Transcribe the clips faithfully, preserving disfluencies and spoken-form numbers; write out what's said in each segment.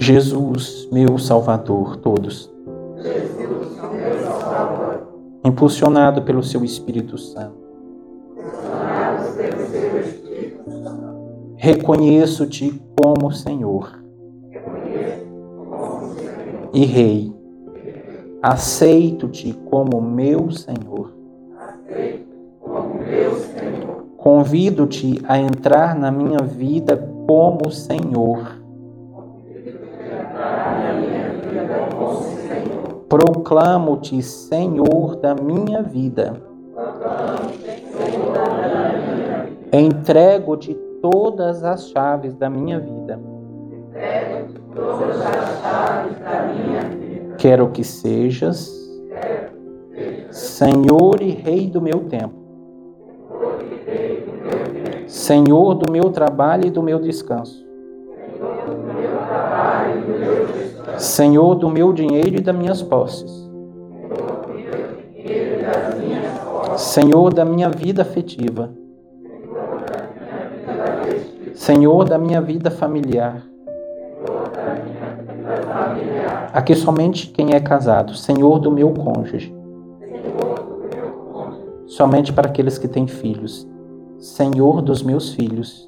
Jesus, meu Salvador, todos. Jesus, meu Salvador, Impulsionado pelo seu Espírito Santo, impulsionados pelo seu Espírito Santo, reconheço-te como Senhor reconheço como Senhor e Rei. Aceito-te como meu Senhor. aceito como meu Senhor. Convido-te a entrar na minha vida como Senhor. Entrar na minha vida como Senhor. Proclamo-te Senhor da minha vida. Proclamo-te Senhor da minha vida. Entrego-te todas as chaves da minha vida. Entrego-te todas as chaves da minha vida. Quero que sejas Senhor e Rei do meu tempo. Senhor do meu trabalho e do meu descanso. Senhor do meu dinheiro e das minhas posses. Senhor da minha vida afetiva. Senhor da minha vida familiar. Aqui somente quem é casado. Senhor do meu cônjuge. Somente para aqueles que têm filhos. Senhor dos meus filhos.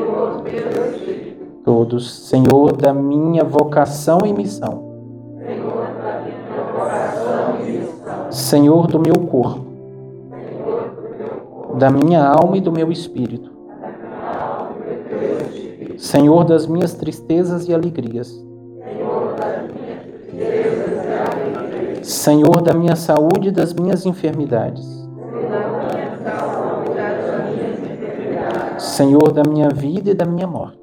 Todos. Senhor da minha vocação e missão. Senhor do meu corpo. Da minha alma e do meu espírito. Senhor das minhas tristezas e alegrias. Senhor da minha saúde e das minhas enfermidades. Senhor da minha vida e da minha morte.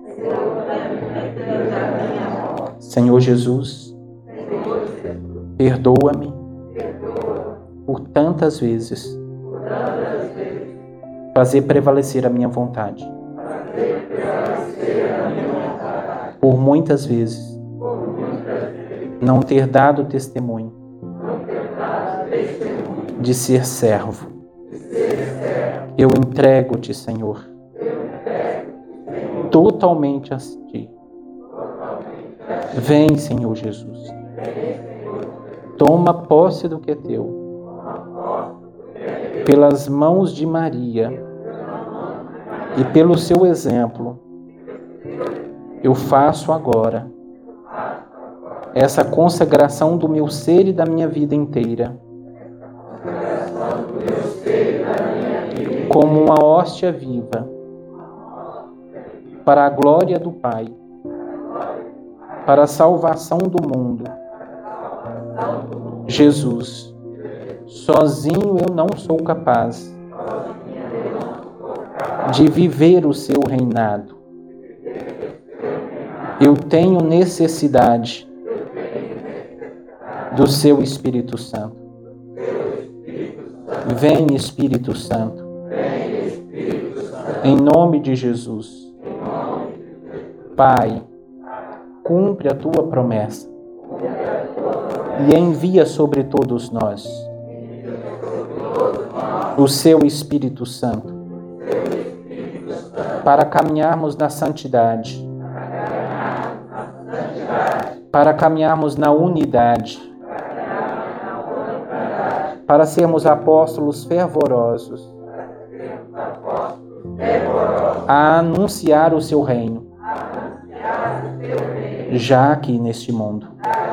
Senhor Jesus, perdoa-me por tantas vezes fazer prevalecer a minha vontade. Por muitas vezes não ter dado testemunho de ser servo. Eu entrego-te, Senhor, totalmente a ti. Vem, Senhor Jesus. Toma posse do que é teu. Pelas mãos de Maria e pelo seu exemplo, eu faço agora essa consagração do meu ser e da minha vida inteira, como uma hóstia viva, para a glória do Pai, para a salvação do mundo. Jesus, sozinho eu não sou capaz de viver o seu reinado. Eu tenho necessidade do seu Espírito Santo. Vem, Espírito Santo. Em nome de Jesus. Pai, cumpre a tua promessa e envia sobre todos nós o seu Espírito Santo para caminharmos na santidade, para caminharmos na unidade, para sermos apóstolos fervorosos, a anunciar o seu reino, já aqui neste mundo.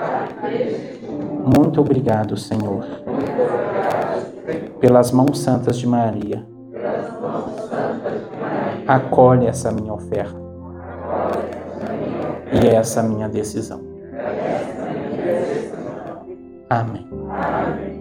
Muito obrigado, Senhor, pelas mãos santas de Maria. Acolhe essa minha oferta e essa minha decisão. Amém.